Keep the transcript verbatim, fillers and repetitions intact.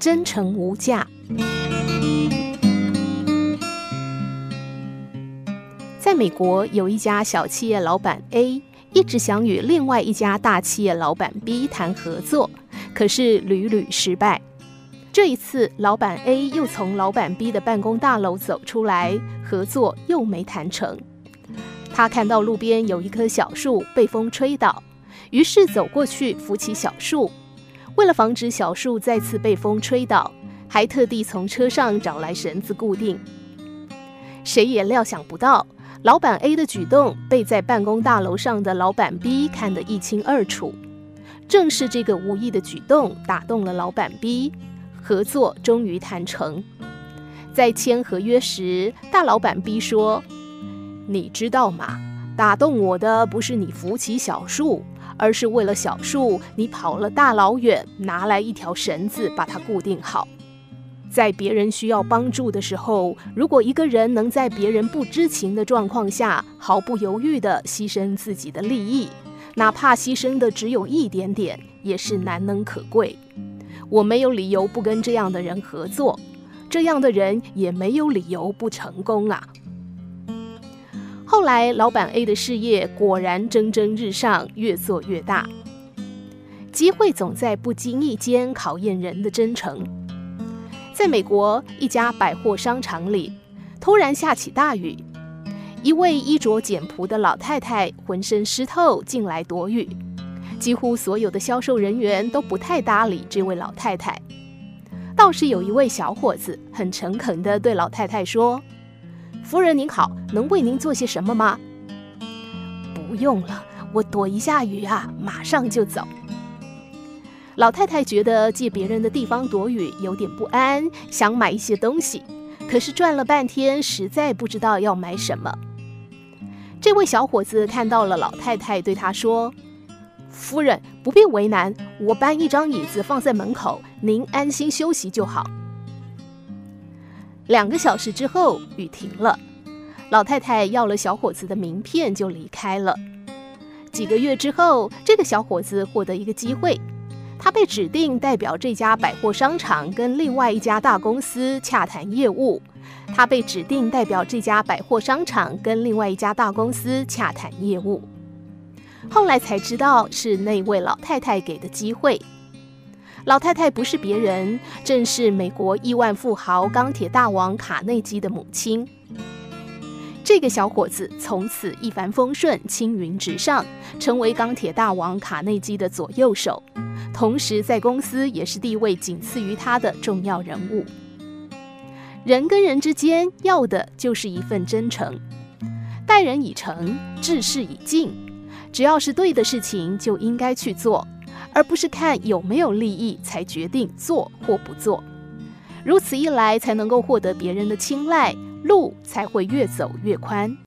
真诚无价。在美国，有一家小企业老板 A 一直想与另外一家大企业老板 B 谈合作，可是屡屡失败。这一次，老板 A 又从老板 B 的办公大楼走出来，合作又没谈成。他看到路边有一棵小树被风吹倒，于是走过去扶起小树。为了防止小树再次被风吹倒，还特地从车上找来绳子固定。谁也料想不到，老板 A 的举动被在办公大楼上的老板 B 看得一清二楚。正是这个无意的举动打动了老板 B， 合作终于谈成。在签合约时，大老板 B 说：“你知道吗？打动我的不是你扶起小树，而是为了小树，你跑了大老远，拿来一条绳子把它固定好。在别人需要帮助的时候，如果一个人能在别人不知情的状况下，毫不犹豫地牺牲自己的利益，哪怕牺牲的只有一点点，也是难能可贵。我没有理由不跟这样的人合作，这样的人也没有理由不成功啊。”后来，老板 A 的事业果然蒸蒸日上，越做越大。机会总在不经意间考验人的真诚。在美国一家百货商场里，突然下起大雨，一位衣着简朴的老太太浑身湿透进来躲雨，几乎所有的销售人员都不太搭理这位老太太。倒是有一位小伙子很诚恳地对老太太说：“夫人您好，能为您做些什么吗？”“不用了，我躲一下雨啊，马上就走。”老太太觉得借别人的地方躲雨有点不安，想买一些东西，可是转了半天，实在不知道要买什么。这位小伙子看到了老太太，对她说：“夫人，不必为难，我搬一张椅子放在门口，您安心休息就好。”两个小时之后，雨停了，老太太要了小伙子的名片就离开了。几个月之后，这个小伙子获得一个机会，他被指定代表这家百货商场跟另外一家大公司洽谈业务。他被指定代表这家百货商场跟另外一家大公司洽谈业务。后来才知道是那位老太太给的机会。老太太不是别人，正是美国亿万富豪钢铁大王卡内基的母亲。这个小伙子从此一帆风顺，青云直上，成为钢铁大王卡内基的左右手，同时在公司也是地位仅次于他的重要人物。人跟人之间要的就是一份真诚，待人以诚，治事以敬，只要是对的事情就应该去做，而不是看有没有利益才决定做或不做。如此一来，才能够获得别人的青睐，路才会越走越宽。